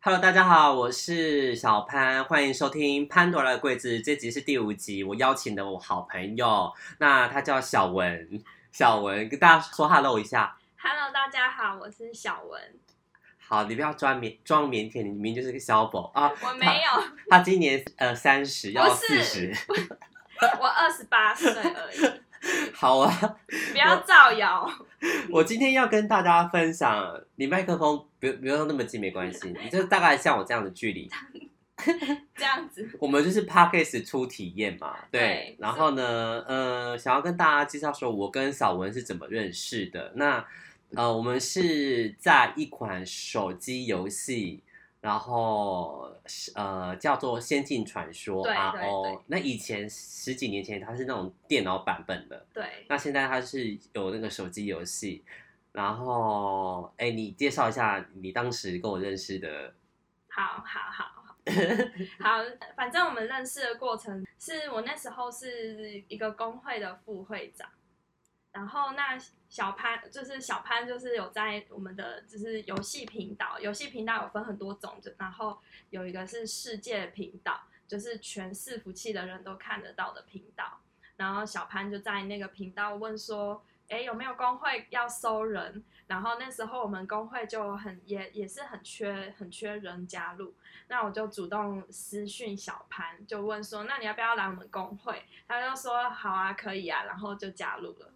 Hello， 大家好，我是小潘，欢迎收听潘多拉的柜子，这集是第5集，我邀请的我好朋友，那他叫小文，小文跟大家说 Hello 一下。 Hello， 大家好，我是小文。 好，你不要装腼腆，你明明就是个小宝啊！ 我没有， 他今年30，要40， 我28岁而已。 好啊， 不要造谣。 我今天要跟大家分享，你麦克风不用那么近没关系，你就大概像我这样的距离， 这样子。 我们就是 Podcast 初体验嘛，对。然后呢，想要跟大家介绍说，我跟小文是怎么认识的。那我们是在一款手机游戏，然后叫做《仙境传说》RO。那以前10几年前它是那种电脑版本的， 对。 那现在它是有那个手机游戏。然后，你介绍一下你当时跟我认识的。 好，反正我们认识的过程是我那时候是一个工会的副会长。然后那小潘就是有在我们的就是游戏频道有分很多种，然后有一个是世界频道，就是全伺服器的人都看得到的频道。然后小潘就在那个频道问说，有没有工会要收人？然后那时候我们工会就也是很缺人加入。那我就主动私讯小潘，就问说，那你要不要来我们工会？他就说好啊，可以啊，然后就加入了。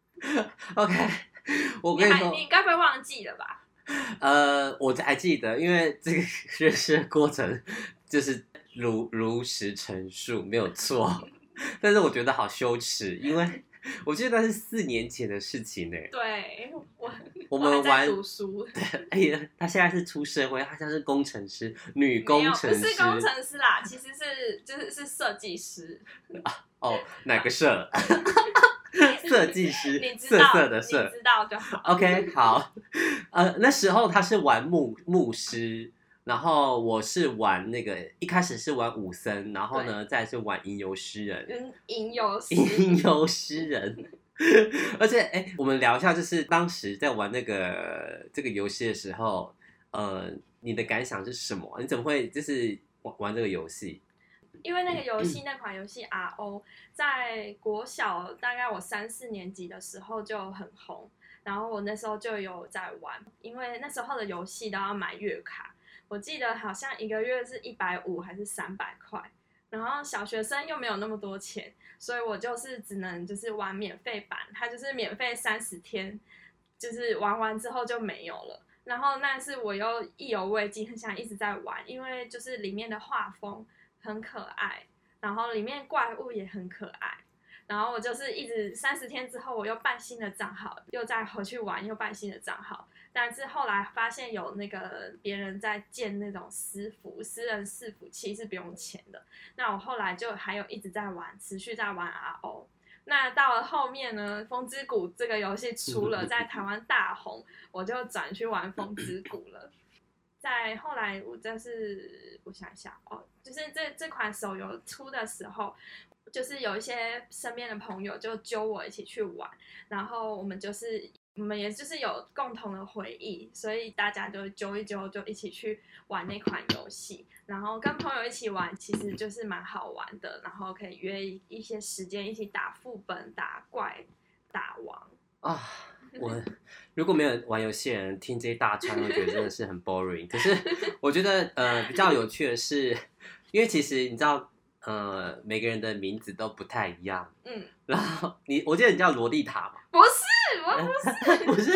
OK， 我跟你说， 你该不会忘记了吧？ 我还记得，因为这个认识的过程就是如实陈述，没有错。但是我觉得好羞耻，因为我记得那是4年前的事情呢。 对， 我们在读书。 对，他现在是出社会，他现在是工程师，女工程师， 不是工程师啦，其实是设计师。 哦，哪个社？设计师，色的色， 你知道就好。 OK， 好，那时候他是玩牧师，然后我是玩那个，一开始是玩武僧，然后呢，再是玩吟游诗人。 吟游诗人。而且，我们聊一下，就是当时在玩这个游戏的时候，你的感想是什么？你怎么会就是玩这个游戏？ 因为那个游戏，那款游戏 RO 在国小大概我3、4年级的时候就很红，然后我那时候就有在玩，因为那时候的游戏都要买月卡，我记得好像1个月是150还是300块，然后小学生又没有那么多钱，所以我就是只能就是玩免费版，它就是免费30天，就是玩完之后就没有了。然后那是我又意犹未尽，很想一直在玩，因为就是里面的画风很可爱，然后里面怪物也很可爱，然后我就是一直30天之后，我又办新的账号，又再回去玩，又办新的账号。但是后来发现有那个别人在建那种私人伺服器是不用钱的，那我后来就还有一直在玩，持续在玩 RO。那到了后面呢，风之谷这个游戏出了，在台湾大红，我就转去玩风之谷了。在后来我想一下就是这款手游出的时候，就是有一些身边的朋友就揪我一起去玩，然后我们也就是有共同的回忆，所以大家就揪一揪，就一起去玩那款游戏。然后跟朋友一起玩，其实就是蛮好玩的，然后可以约一些时间一起打副本、打怪、打王啊。我如果没有玩游戏的人听这些大串，会觉得真的是很 boring。可是我觉得比较有趣的是，因为其实你知道每个人的名字都不太一样。然后我记得你叫萝莉塔嘛？ 不是，我不是，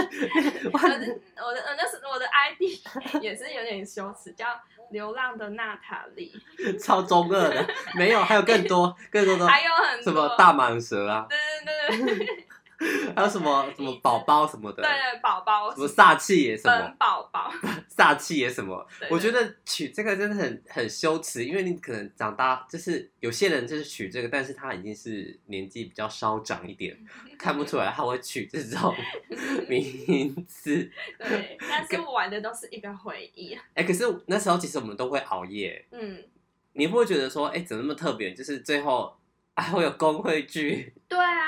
我的 ID 也是有点羞耻，叫流浪的娜塔莉， 超中二的，没有，还有更多的， 还有很多什么大蟒蛇啊， 对。 还有什么宝宝什么的， 对，宝宝， 什么煞气也什么， 本宝宝， 煞气也什么。 对， 我觉得取这个真的很羞耻，因为你可能长大，就是有些人就是取这个，但是他已经是年纪比较稍长一点，看不出来他会取这种名字。 对，但是我玩的都是一个回忆。 可是那时候其实我们都会熬夜。你会不会觉得说，怎么那么特别？就是最后还会有工会剧。 对啊，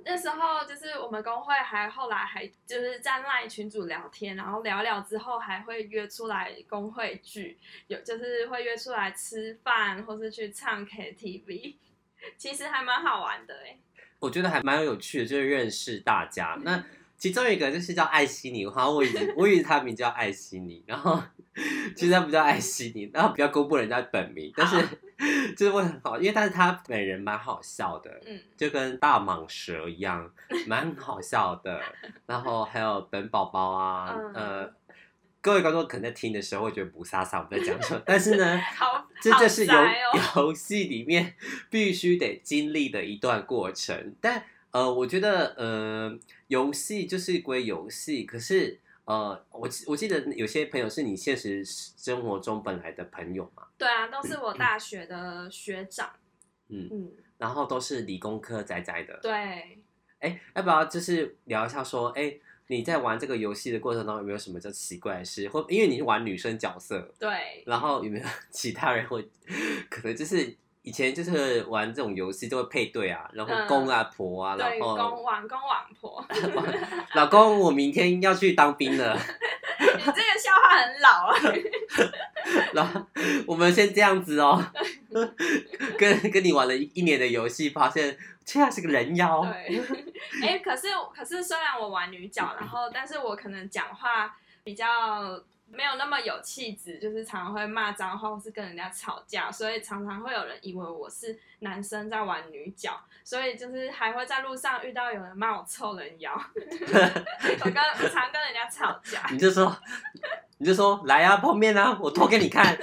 那时候就是我们工会后来还就是在LINE群组聊天，然后聊聊之后还会约出来工会聚，就是会约出来吃饭或是去唱 KTV， 其实还蛮好玩的哎。 我觉得还蛮有趣的，就是认识大家。那其中一个就是叫艾希尼，好像我以为他名叫艾希尼，然后其实他不叫艾希尼，然后不要公布人家本名，但是就是会很好，因为但是他本人蛮好笑的，就跟大蟒蛇一样，蛮好笑的。然后还有本宝宝啊，各位观众可能在听的时候会觉得不飒飒我们在讲什么，但是呢，这就是游戏里面必须得经历的一段过程。但我觉得游戏就是归游戏，可是我记得有些朋友是你现实生活中本来的朋友嘛？ 对啊，都是我大学的学长。 然后都是理工科仔仔的。 对。 要不要就是聊一下说，你在玩这个游戏的过程中有没有什么叫奇怪的事？或因为你是玩女生角色， 对， 然后有没有其他人会可能就是以前就是玩这种游戏就会配对啊，然后公啊婆啊，然后网公网婆。 老公，我明天要去当兵了。 你这个笑话很老啊。 然后我们先这样子哦。跟你玩了1年的游戏，发现竟然是个人妖。 对。可是虽然我玩女角，但是我可能讲话比较没有那么有气质，就是常常会骂脏话或是跟人家吵架，所以常常会有人以为我是男生在玩女角，所以就是还会在路上遇到有人骂我臭人妖。我常跟人家吵架。你就说来啊，泡面啊，我脱给你看。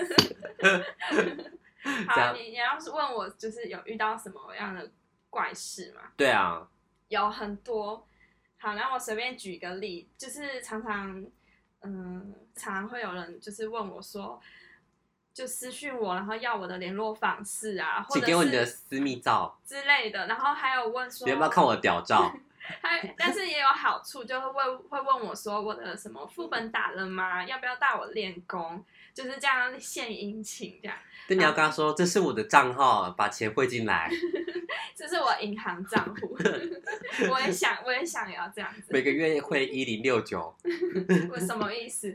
好，你要是问我就是有遇到什么样的怪事吗？ 对啊， 有很多。好，那我随便举个例，就是常常会有人就是问我说，就私讯我，然后要我的联络方式啊，或者是请给我你的私密照之类的，然后还有问说你要不要看我的屌照？ 但是也有好处，就会问我说我的什么副本打了吗？要不要带我练功？就是这样献殷勤这样。 但你要跟他说，这是我的账号，把钱汇进来。 这是我银行账户。我也想要这样子。 每个月汇1069。 我什么意思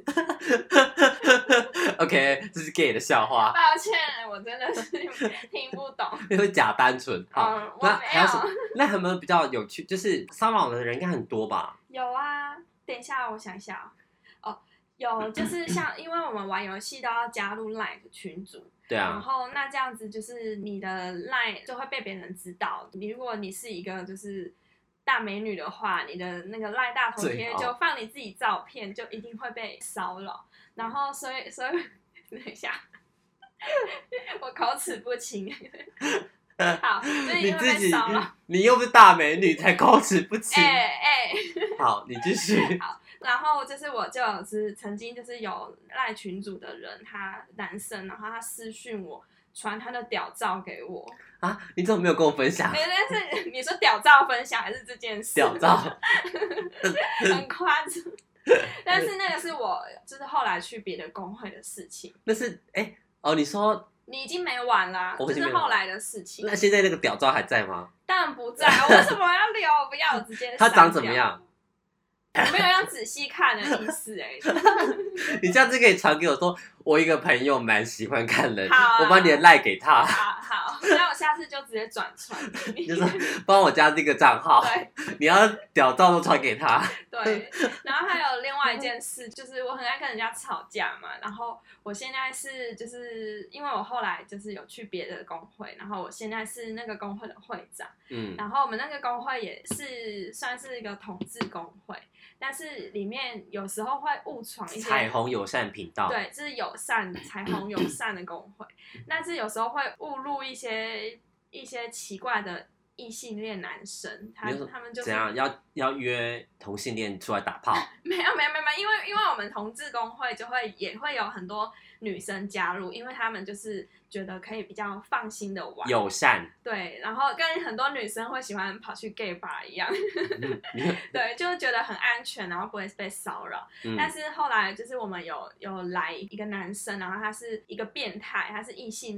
？OK， 这是 gay 的笑话。 抱歉，我真的是听不懂。 因为假单纯。好， 我没有。 那有没有比较有趣？就是骚扰的人应该很多吧？ 有啊，等一下我想一下哦。有，就是像因为我们玩游戏都要加入 LINE 的群组。 对啊。 然后那这样子就是你的 LINE 就会被别人知道。如果你是一个就是大美女的话，你的那个 LINE 大头贴就放你自己照片，就一定会被骚扰。然后所以等一下，我口齿不清。好，所以会被骚扰。 你又不是大美女，才口齿不清。好，你继续。 好，然后就是我就是曾经就是有赖群组的人，他男生，然后他私讯我，传他的屌照给我。 啊，你怎么没有跟我分享？ 但是你说屌照分享还是这件事？ 屌照。 很夸张。但是那个是我就是后来去别的工会的事情。 那是你说你已经没玩啦，这是后来的事情。 那现在那个屌照还在吗？ 当然不在。我为什么要留？不要，我直接删掉。 他长怎么样？ 我没有要仔细看的意思。 你下次可以传给我说，我一个朋友蛮喜欢看人， 好我把你的赖给他。 好，那我下次就直接转传。 就是帮我加这个账号。 对， 你要屌照都传给他。 对，然后还有另外一件事，就是我很爱跟人家吵架嘛。然后我现在是就是因为我后来就是有去别的工会，然后我现在是那个工会的会长。然后我们那个工会也是算是一个同志工会。但是里面有时候会误闯一些彩虹友善频道。 对，这是彩虹友善的工会。但是有时候会误入一些奇怪的异性恋男生，他们就是怎样要约同性恋出来打炮？ 没有，因为我们同志工会也会有很多女生加入，因为他们就是觉得可以比较放心的玩， 友善。 对，然后跟很多女生会喜欢跑去 gay bar 一样。对，就觉得很安全，然后不会被骚扰。但是后来就是我们有来一个男生，然后他是一个变态，他是异性恋的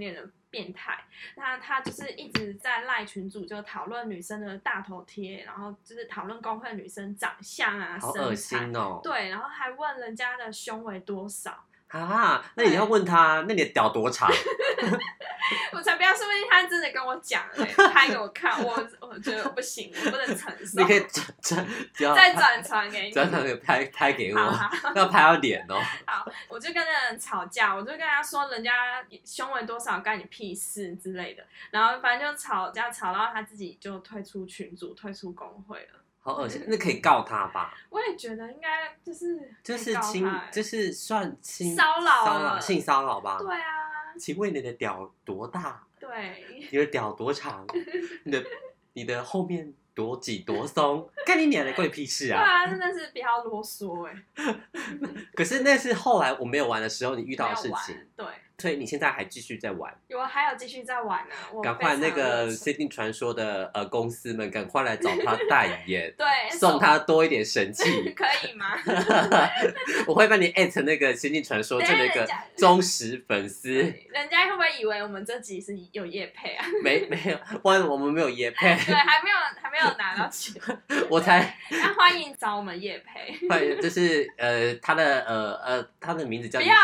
变态。那他就是一直在赖群组就讨论女生的大头贴，然后就是讨论工会女生长相啊、 好恶身材， 心哦。 对，然后还问人家的胸围多少。 啊，那你要问他，那你的屌多长？ 我才不要，说不定他真的跟我讲了，拍给我看，我觉得不行，我不能承受。 你可以再转传给你， 转传给拍给我， 好要拍到脸哦。 好，我就跟那人吵架，我就跟他说人家胸围多少干你屁事之类的，然后反正就吵架吵到他自己就退出群组，退出工会了。 好恶心，那可以告他吧？ 我也觉得应该就是就是算骚扰性骚扰吧？ 对啊。 请问你的屌多大？ 对， 你的屌多长？你的后面多挤多松？干你娘的，关你屁事啊！ 对啊，真的是不要啰嗦可是那是后来我没有玩的时候你遇到的事情， 对。 所以你现在还继续在玩？ 还有继续在玩呢、 赶快那个《仙境传说》的公司们赶快来找他代言， 对， 送他多一点神器， 可以吗？ 我会帮你@那个《仙境传说》这那个忠实粉丝。 人家会不会以为我们这集是有业配啊？ 没有，我们没有业配， 对，还没有拿到钱， 我才。 那欢迎找我们业配， 就是他的名字叫不要。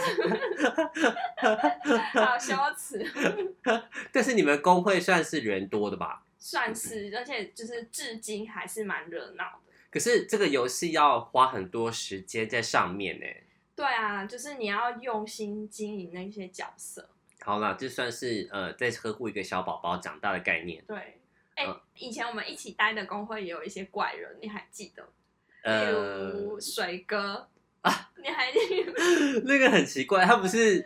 好羞耻！ 但是你们工会算是人多的吧？ 算是，而且就是至今还是蛮热闹的。 可是这个游戏要花很多时间在上面呢。 对啊，就是你要用心经营那些角色。 好啦，这算是在呵护一个小宝宝长大的概念。 对，以前我们一起待的工会也有一些怪人，你还记得？例如水哥啊，你还记得？ 那个很奇怪，他不是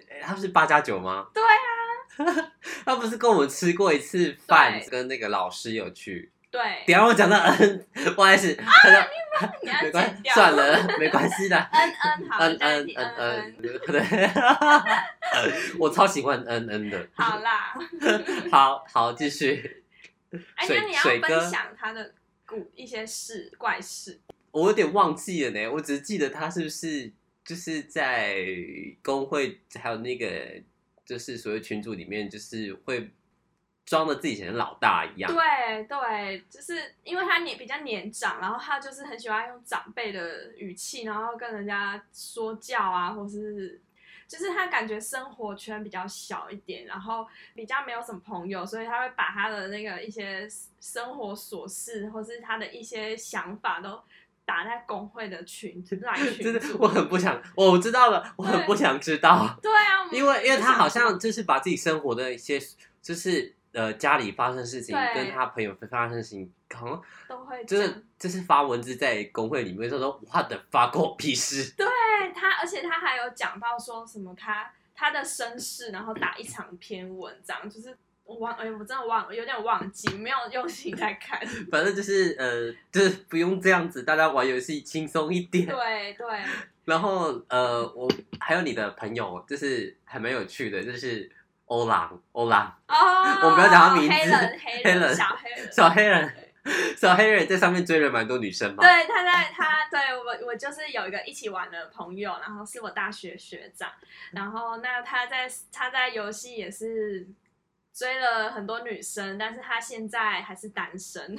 8+9吗？ 对啊， 他不是跟我们吃过一次饭，跟那个老师有去。 对， 等一下我讲到不好意思， 你要剪掉， 算了，没关系的。 好， 对，我超喜欢的。 好啦， 好，继续。 那你要分享他的一些怪事。 我有点忘记了呢，我只是记得他是不是就是在工会还有那个就是所谓群组里面，就是会装的自己像老大一样。 对，就是因为他比较年长，然后他就是很喜欢用长辈的语气，然后跟人家说教啊，或是就是他感觉生活圈比较小一点，然后比较没有什么朋友，所以他会把他的那个一些生活琐事，或是他的一些想法都打在工会的赖群， 真的，我很不想，我知道了，我很不想知道。 对啊， 因为他好像就是把自己生活的一些，就是家里发生的事情，跟他朋友发生的事情，好像都会就是发文字在工会里面说what the fuck，关我屁事。 对他，而且他还有讲到说什么他的身世，然后打一长篇文章，就是。我真的有点忘记，没有用心在看。 反正就是就是不用这样子，大家玩游戏轻松一点。 对。 然后我还有你的朋友，就是还蛮有趣的，就是欧郎。哦，我不要讲他名字。 黑人， 小黑人在上面追了蛮多女生嘛。 对，他对我就是有一个一起玩的朋友，然后是我大学学长，然后那他在游戏也是。追了很多女生，但是他现在还是单身。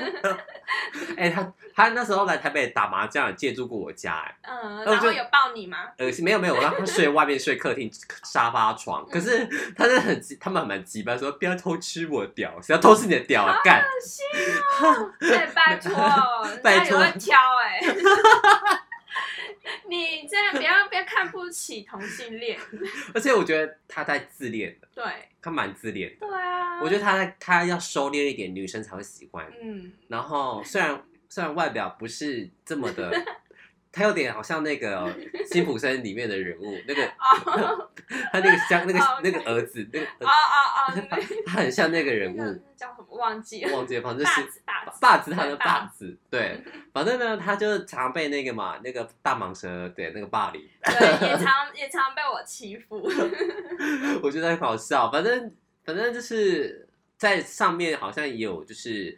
他那时候来台北打麻将，借住过我家。 然后有抱你吗？ 没有，我让他睡外面，睡客厅沙发床。可是他们蛮急吧，说不要偷吃我屌，谁要偷吃你的屌啊？干！ 好恶心哦！对，拜托，会挑你这样不要看不起同性恋。 而且我觉得他太自恋了。 对， 他蛮自恋的。 对啊， 我觉得他要收敛一点，女生才会喜欢。然后虽然外表不是这么的，他有点好像那个辛普森里面的人物，那个他那个像那个儿子，那个他很像那个人物， 叫什么忘记了， 反正是霸子，他的霸子，对，反正呢，他就常被那个那个大蟒蛇对那个霸凌， 对，也常被我欺负， 我觉得很好笑，反正就是在上面好像也有就是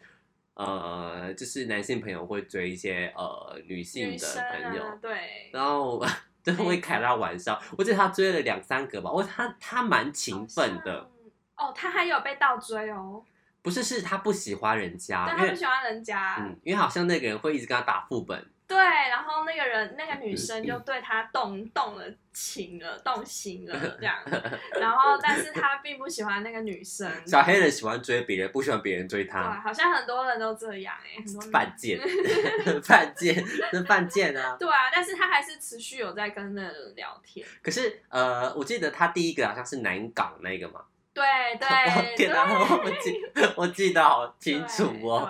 就是男性朋友会追一些女性的朋友， 对， 然后就会开他玩笑。我记得他追了2-3个吧，他蛮勤奋的。 哦，他还有被倒追哦。 不是，是他不喜欢人家， 对，他不喜欢人家。 因为好像那个人会一直跟他打副本。 对，然后那个女生就对他动了情了，动心了这样。然后，但是他并不喜欢那个女生。 小黑人喜欢追别人，不喜欢别人追他。 对，好像很多人都这样很多犯贱，犯贱，那犯贱啊！ 对啊，但是他还是持续有在跟那个人聊天。 可是我记得他第一个好像是南港那个嘛。 对对， 天哪，我记得好清楚哦。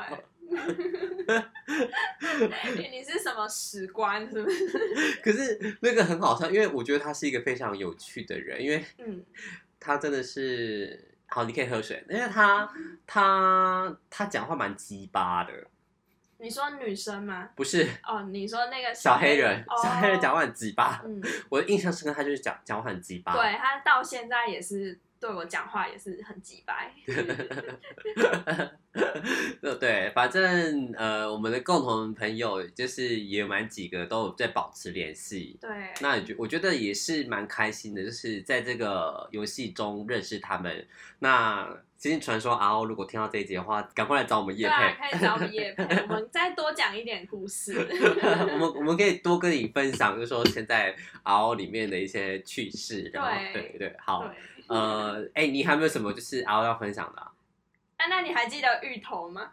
你是什么史官是不是？ 可是那个很好笑，因为我觉得他是一个非常有趣的人，因为他真的是好，你可以喝水，因为他讲话蛮鸡巴的。 你说女生吗？ 不是哦，你说那个小黑人，小黑人讲话很鸡巴。我的印象深刻，他就是讲话很鸡巴。 对，他到现在也是对我讲话也是很鸡掰。 对，反正我们的共同朋友就是也蛮几个都有在保持联系。 对， 那我觉得也是蛮开心的，就是在这个游戏中认识他们。那其实传说RO如果听到这一集的话，赶快来找我们业配。 对，可以找我们业配，我们再多讲一点故事。 我们可以多跟你分享，就是说现在 RO 里面的一些趣事。然后对，好。你还没有什么就是 RO 要分享的？ 那你还记得芋头吗？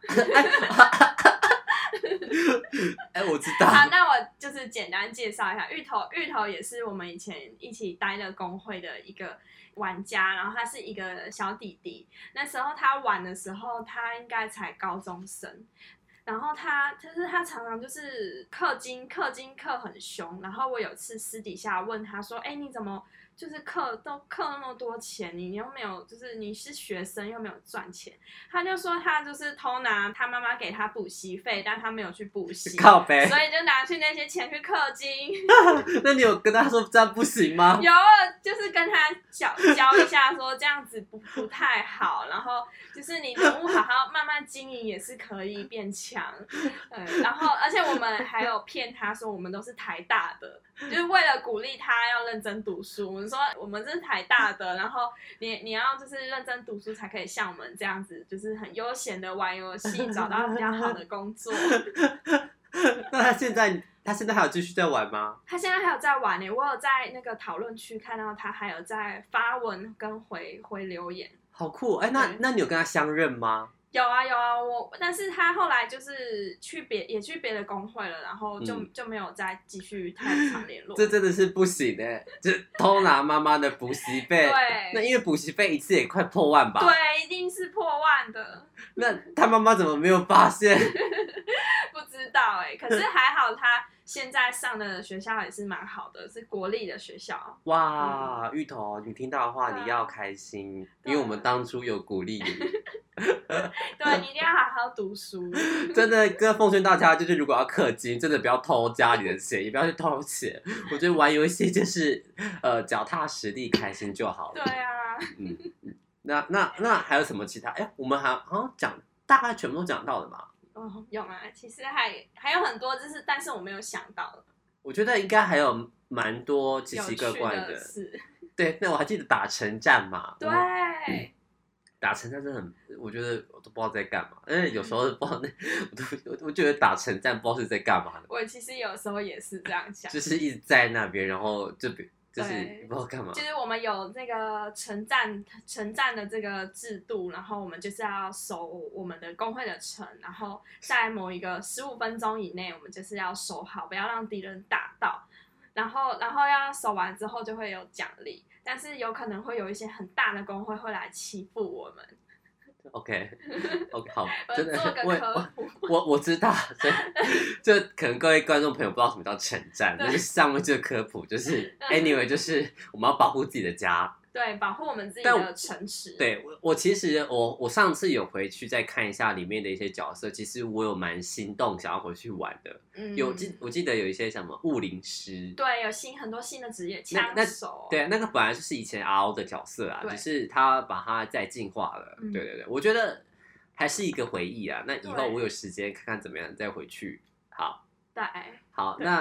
我知道。 好，那我就是简单介绍一下芋头也是我们以前一起待的工会的一个玩家，然后他是一个小弟弟。那时候他玩的时候，他应该才高中生。然后他常常就是氪金氪很凶。然后我有次私底下问他说：“你怎么就是氪那么多钱？你又没有，就是你是学生又没有赚钱。”他就说他就是偷拿他妈妈给他补习费，但他没有去补习， 靠北， 所以就拿去那些钱去氪金。 那你有跟他说这样不行吗？ 有，就是跟他教一下说这样子不太好，然后就是你人物好好慢慢经营也是可以变强。然后而且我们还有骗他说我们都是台大的，就是为了鼓励他要认真读书。我们说我们是台大的，然后你要就是认真读书才可以像我们这样子，就是很悠闲的玩游戏，找到比较好的工作。 那他现在还有继续在玩吗？ 他现在还有在玩呢，我有在那个讨论区看到他还有在发文跟回留言。 好酷！那你有跟他相认吗？ 有啊，但是他后来就是去别的工会了，然后就没有再继续太常联络。 这真的是不行就偷拿妈妈的补习费。 对， 那因为补习费一次也快破万吧？ 对，一定是破万的。 那他妈妈怎么没有发现？ 不知道可是还好他现在上的学校也是蛮好的，是国立的学校。 哇，芋头，你听到的话你要开心，因为我们当初有鼓励你。 对，你一定要好好读书。 真的，跟奉劝大家，就是如果要氪金，真的不要偷家里的钱，也不要去偷钱。我觉得玩游戏就是脚踏实地，开心就好了。 对啊。 那还有什么其他？我们好像讲大概全部都讲到了吧？ 有吗？其实还有很多，但是我没有想到的。 我觉得应该还有蛮多奇奇怪怪的。对，那我还记得打城战嘛。 对。 打城战真的很，我觉得我都不知道在干嘛，因为有时候不知道我觉得打城战不知道是在干嘛的。 我其实有时候也是这样想， 就是一直在那边，然后就是不知道干嘛。 就是我们有那个城战的这个制度，然后我们就是要守我们的工会的城，然后在某一个15分钟以内，我们就是要守好，不要让敌人打到。然后要守完之后就会有奖励，但是有可能会有一些很大的工会会来欺负我们。 OK， 好，真的， 做个科普。 我知道，所以就可能各位观众朋友不知道什么叫城战，就是上面这个科普，就是 anyway， 就是我们要保护自己的家。 对，保护我们自己的城池。 对，我其实我上次有回去再看一下里面的一些角色，其实我有蛮心动，想要回去玩的。我记得有一些什么雾灵师， 对，有很多新的职业，枪手。 对，那个本来就是以前 RO 的角色啊，只是他把它再进化了。对，我觉得还是一个回忆啊。那以后我有时间看看怎么样再回去。好， 对， 好，那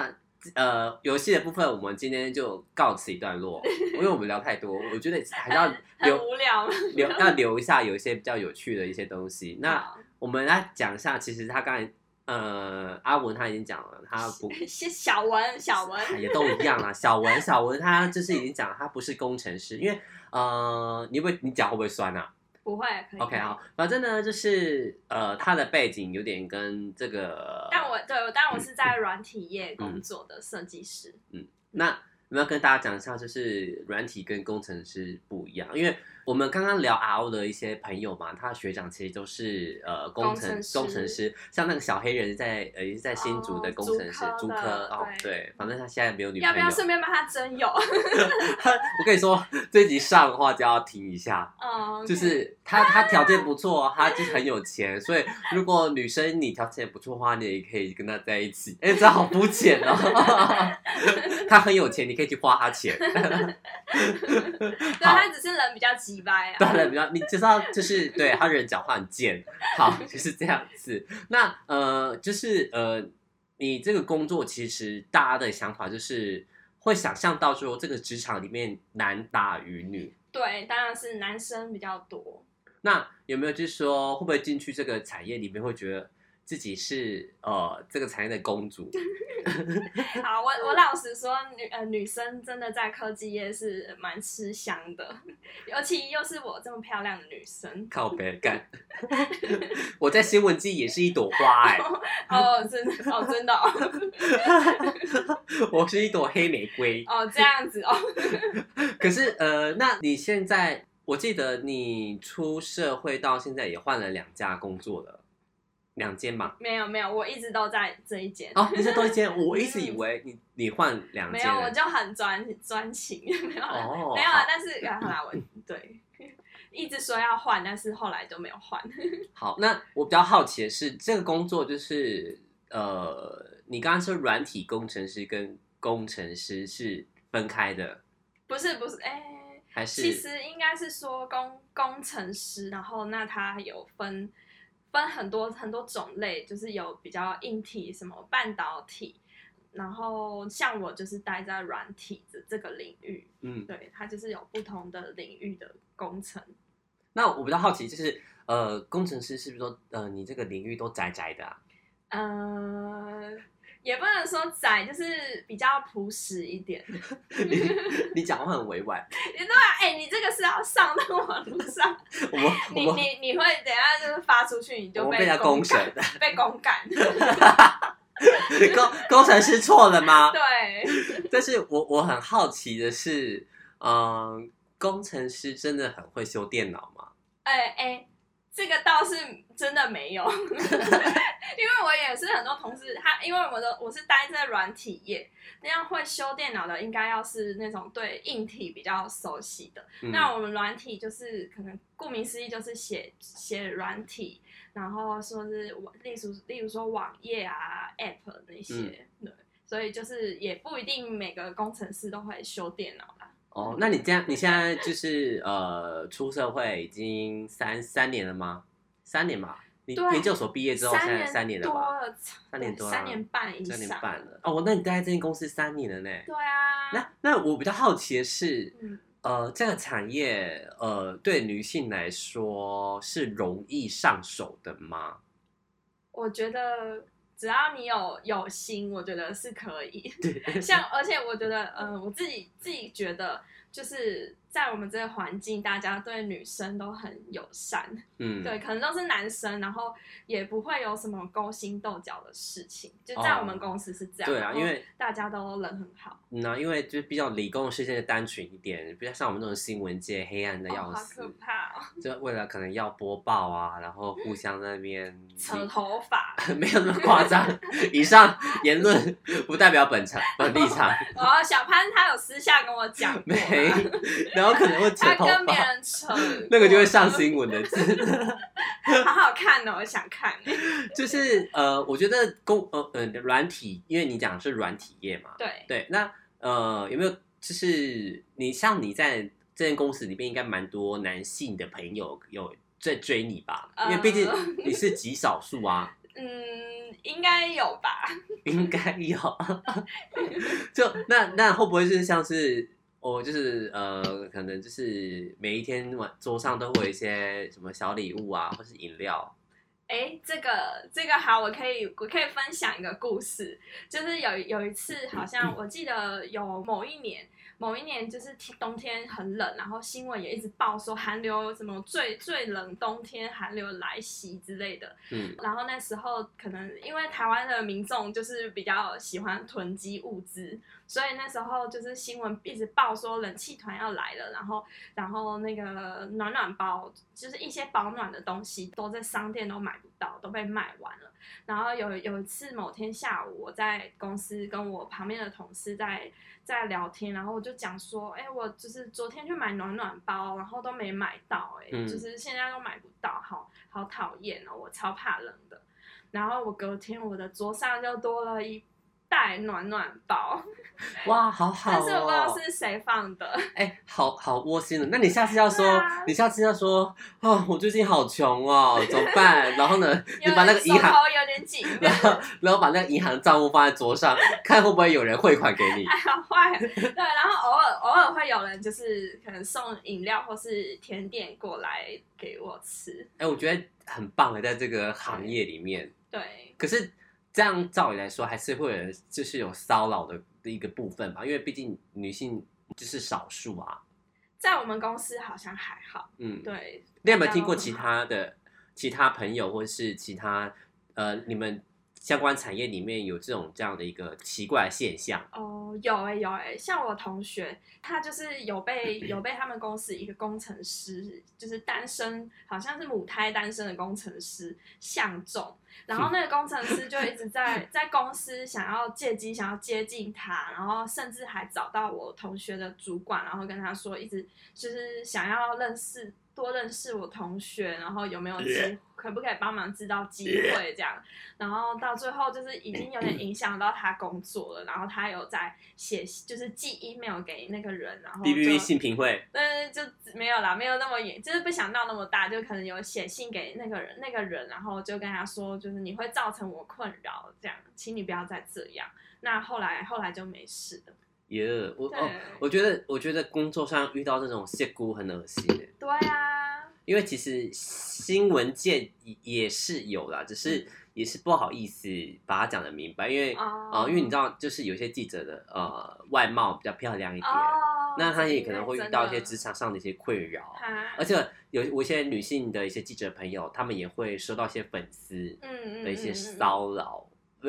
游戏的部分我们今天就告此一段落，因为我们聊太多，我觉得还是要很无聊， 要留一下有一些比较有趣的一些东西。那我们来讲一下，其实他刚才阿文他已经讲了，他不是小文也都一样啦。小文他就是已经讲了，他不是工程师，因为你脚会不会酸啊？ 不会，可以。 OK 好，反正呢就是他的背景有点跟这个， 但我是在软体业工作的设计师。 那我们要跟大家讲一下，就是软体跟工程师不一样，因为我们刚刚聊 RO 的一些朋友嘛，他学长其实都是工程师，像那个小黑人也是在新竹的工程师，竹科对，反正他现在没有女朋友， 要不要顺便帮他征友？ 我跟你说，这集上的话就要听一下，就是他条件不错，他就是很有钱，所以如果女生你条件不错的话，你也可以跟他在一起。哎，这好肤浅哦，他很有钱，你可以去花他钱。 对，他只是人比较急掰啊。 对，人比较，你知道，就是对他人讲话很贱。好，就是这样子。那就是你这个工作其实大家的想法就是会想象到说，这个职场里面男大于女。 对，当然是男生比较多。 那有没有就是说，会不会进去这个产业里面会觉得自己是这个产业的公主？ 好，我老实说，女生真的在科技业是蛮吃香的，尤其又是我这么漂亮的女生。 靠北干，我在新闻季也是一朵花哎、 真的哦， 我是一朵黑玫瑰这样子哦。 可是那你现在，我记得你出社会到现在也换了2家工作了。2间吧？ 没有，我一直都在这一间。 哦，你是都一间，我一直以为你换2间。 没有，我就很专情，没有啦，但是好啦，我对一直说要换，但是后来就没有换。 好，那我比较好奇的是，这个工作就是你刚刚说软体工程师跟工程师是分开的？ 不是， 还是其实应该是说工程师，然后那它有分很多种类，就是有比较硬体，什么半导体，然后像我就是待在软体的这个领域，对，它就是有不同的领域的工程。 那我比较好奇，就是工程师是不是说你这个领域都宅宅的啊？ 也不能说窄，就是比较朴实一点。 你讲话很委婉。 对啊，你这个是要上到网络上，你会等一下就是发出去，你就被公审，被公干。 工程师错了吗？ 对。 但是我很好奇的是，工程师真的很会修电脑吗？ 这个倒是真的没有，因为我也是很多同事，因为我是待在软体业，那样会修电脑的应该要是那种对硬体比较熟悉的。那我们软体就是可能顾名思义就是写软体，然后说是例如说网页啊、App 那些，对，所以就是也不一定每个工程师都会修电脑啦。 哦，那你现在就是出社会已经三年了吗？3年吧。你研究所毕业之后，现在3年了吧？3年多了，3 年半以上 ，3年半了。哦，那你待在这间公司3年了呢？ 对啊。 那我比较好奇的是，这个产业对女性来说是容易上手的吗？ 我觉得只要你有心，我觉得是可以。 对， 而且我觉得，我自己觉得，就是在我们这个环境，大家对女生都很友善。对，可能都是男生，然后也不会有什么勾心斗角的事情。就在我们公司是这样。 对啊，因为大家都人很好。 因为就比较理工的世界单纯一点，比较像我们这种新闻界黑暗的要死。 好可怕哦！ 就为了可能要播报啊，然后互相在那边扯头发， 没有那么夸张。以上言论不代表本立场。 小潘他有私下跟我讲过， 没，然后可能会扯头发， 他跟别人扯， 那个就会上新闻的字。 好好看哦，我想看。 就是我觉得软体，因为你讲的是软体业嘛，对，那有没有就是你在这间公司里面，应该蛮多男性的朋友有在追你吧？因为毕竟你是极少数啊。 应该有吧？ 应该有。就那会不会是像是就是可能就是每一天桌上都会有一些什么小礼物啊，或是饮料？ 哎，这个好，我可以分享一个故事，就是有一次，好像我记得有某一年就是冬天很冷，然后新闻也一直报说寒流什么最冷冬天寒流来袭之类的。然后那时候可能因为台湾的民众就是比较喜欢囤积物资，所以那时候就是新闻一直报说冷气团要来了，然后那个暖包就是一些保暖的东西都在商店都买不到，都被卖完了。然后有一次某天下午，我在公司跟我旁边的同事在聊天，然后我就讲说，哎，我就是昨天去买暖包，然后都没买到，就是现在都买不到，好讨厌哦，我超怕冷的。然后我隔天我的桌上就多了一袋暖包， 哇，好好但是我不知道是谁放的。 好窝心的。那你下次要说，我最近好穷哦，怎么办？然后呢，你把那个银行手头有点紧， 然后把那个银行账户放在桌上，看会不会有人汇款给你。 哎，好坏。对，然后偶尔会有人就是可能送饮料或是甜点过来给我吃。 我觉得很棒的，在这个行业里面。 对。 可是这样照理来说，还是会有人就是有骚扰的一个部分吧，因为毕竟女性就是少数啊。 在我们公司好像还好。对。 你有没有听过其他朋友或是其他你们相关产业里面有这样的一个奇怪的现象？ 有像我同学，他就是有被他们公司一个工程师，就是单身，好像是母胎单身的工程师相中，然后那个工程师就一直在公司想要借机想要接近他，然后甚至还找到我同学的主管，然后跟他说，一直就是想要多认识我同学，然后有没有可不可以帮忙制造机会这样，然后到最后就是已经有点影响到他工作了，然后他有在就是寄 email 给那个人，然后 BBB 性平会， 就没有啦，没有那么严，就是不想闹那么大，就可能有写信给那个人，然后就跟他说，就是你会造成我困扰，这样，请你不要再这样。那后来就没事了。 我觉得工作上遇到这种事故很恶心。 对啊， 因为其实新闻界也是有啦，只是也是不好意思把它讲得明白，因为你知道，就是有些记者的外貌比较漂亮一点，那他也可能会遇到一些职场上的一些困扰，而且有一些女性的一些记者朋友，他们也会收到一些粉丝的一些骚扰。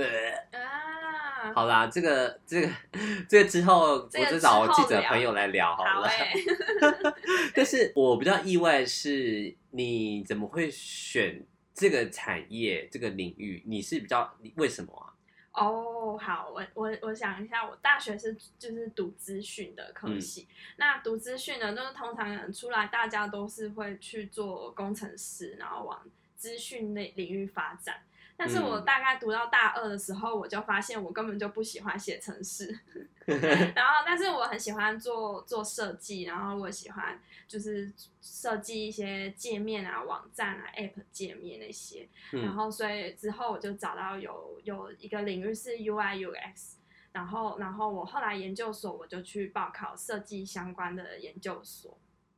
好啦，这个之后我就找记者朋友来聊好了。但是我比较意外的是，你怎么会选这个产业这个领域？你为什么啊？ 好，我想一下，我大学就是读资讯的科系，那读资讯呢，就是通常人出来，大家都是会去做工程师，然后往资讯领域发展。但是我大概读到大2的时候，我就发现我根本就不喜欢写程式，然后但是我很喜欢做设计，然后我喜欢就是设计一些界面啊、网站啊、App 界面那些，然后所以之后我就找到有一个领域是 UI UX， 然后我后来研究所我就去报考设计相关的研究所。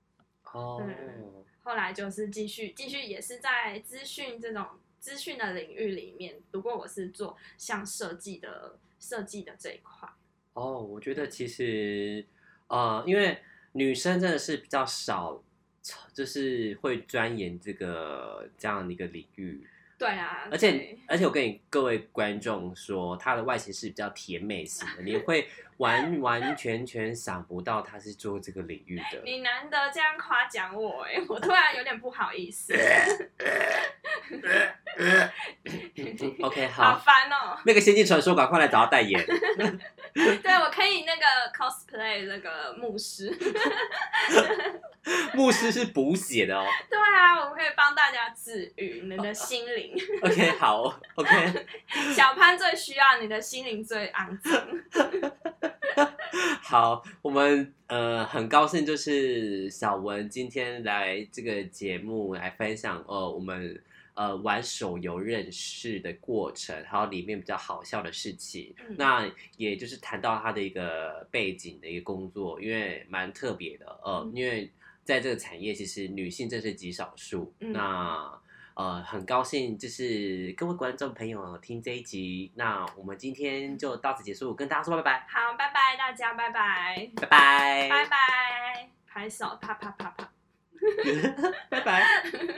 后来就是继续也是在资讯的领域里面，不过我是做像设计的这一块。 我觉得其实因为女生真的是比较少，就是会钻研这样的一个领域。 对啊， 而且我跟各位观众说，她的外形是比较甜美型的，你会完全想不到她是做这个领域的。 你难得这样夸奖我，我突然有点不好意思。 OK， 好烦哦。 那个《仙境传说》赶快来找他代言。 对，我可以那个 cosplay 那个牧师。 牧师是补血的哦。 对啊，我可以帮大家治愈你的心灵。 OK， 好 ，OK。 小潘最需要你的心灵最肮脏。 好，我们很高兴，就是小文今天来这个节目来分享我们玩手游认识的过程，还有里面比较好笑的事情。那也就是谈到他的一个背景的一个工作，因为蛮特别的因为在这个产业其实女性正是极少数。那很高兴就是各位观众朋友听这一集，那我们今天就到此结束，跟大家说拜拜。 好，拜拜大家，拜拜， 拜拜， 拜拜，拍手，啪啪啪啪， 拜拜。